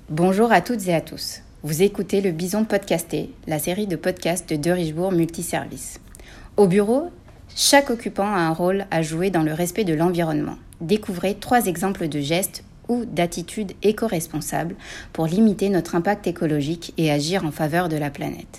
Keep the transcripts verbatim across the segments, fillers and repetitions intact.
Bonjour à toutes et à tous. Vous écoutez le Bison Podcasté, la série de podcasts de De Richebourg Multiservice. Au bureau, chaque occupant a un rôle à jouer dans le respect de l'environnement. Découvrez trois exemples de gestes ou d'attitudes éco-responsables pour limiter notre impact écologique et agir en faveur de la planète.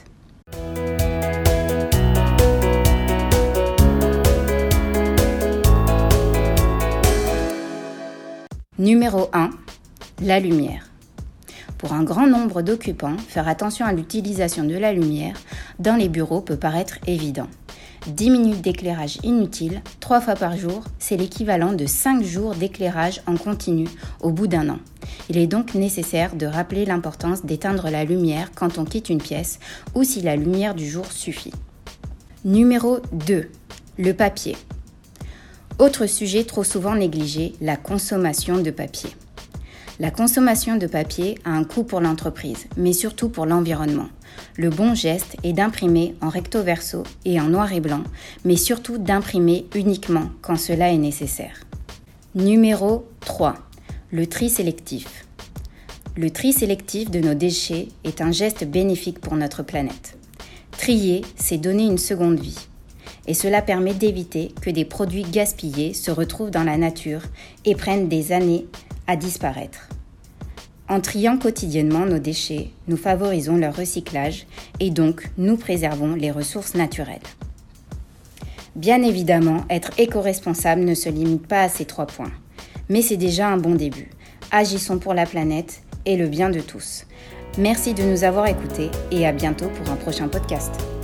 Numéro un. La lumière. Pour un grand nombre d'occupants, faire attention à l'utilisation de la lumière dans les bureaux peut paraître évident. dix minutes d'éclairage inutile, trois fois par jour, c'est l'équivalent de cinq jours d'éclairage en continu au bout d'un an. Il est donc nécessaire de rappeler l'importance d'éteindre la lumière quand on quitte une pièce ou si la lumière du jour suffit. Numéro deux. Le papier. Autre sujet trop souvent négligé, la consommation de papier. La consommation de papier a un coût pour l'entreprise, mais surtout pour l'environnement. Le bon geste est d'imprimer en recto verso et en noir et blanc, mais surtout d'imprimer uniquement quand cela est nécessaire. Numéro trois. Le tri sélectif. Le tri sélectif de nos déchets est un geste bénéfique pour notre planète. Trier, c'est donner une seconde vie. Et cela permet d'éviter que des produits gaspillés se retrouvent dans la nature et prennent des années à disparaître. En triant quotidiennement nos déchets, nous favorisons leur recyclage et donc nous préservons les ressources naturelles. Bien évidemment, être éco-responsable ne se limite pas à ces trois points, mais c'est déjà un bon début. Agissons pour la planète et le bien de tous. Merci de nous avoir écoutés et à bientôt pour un prochain podcast.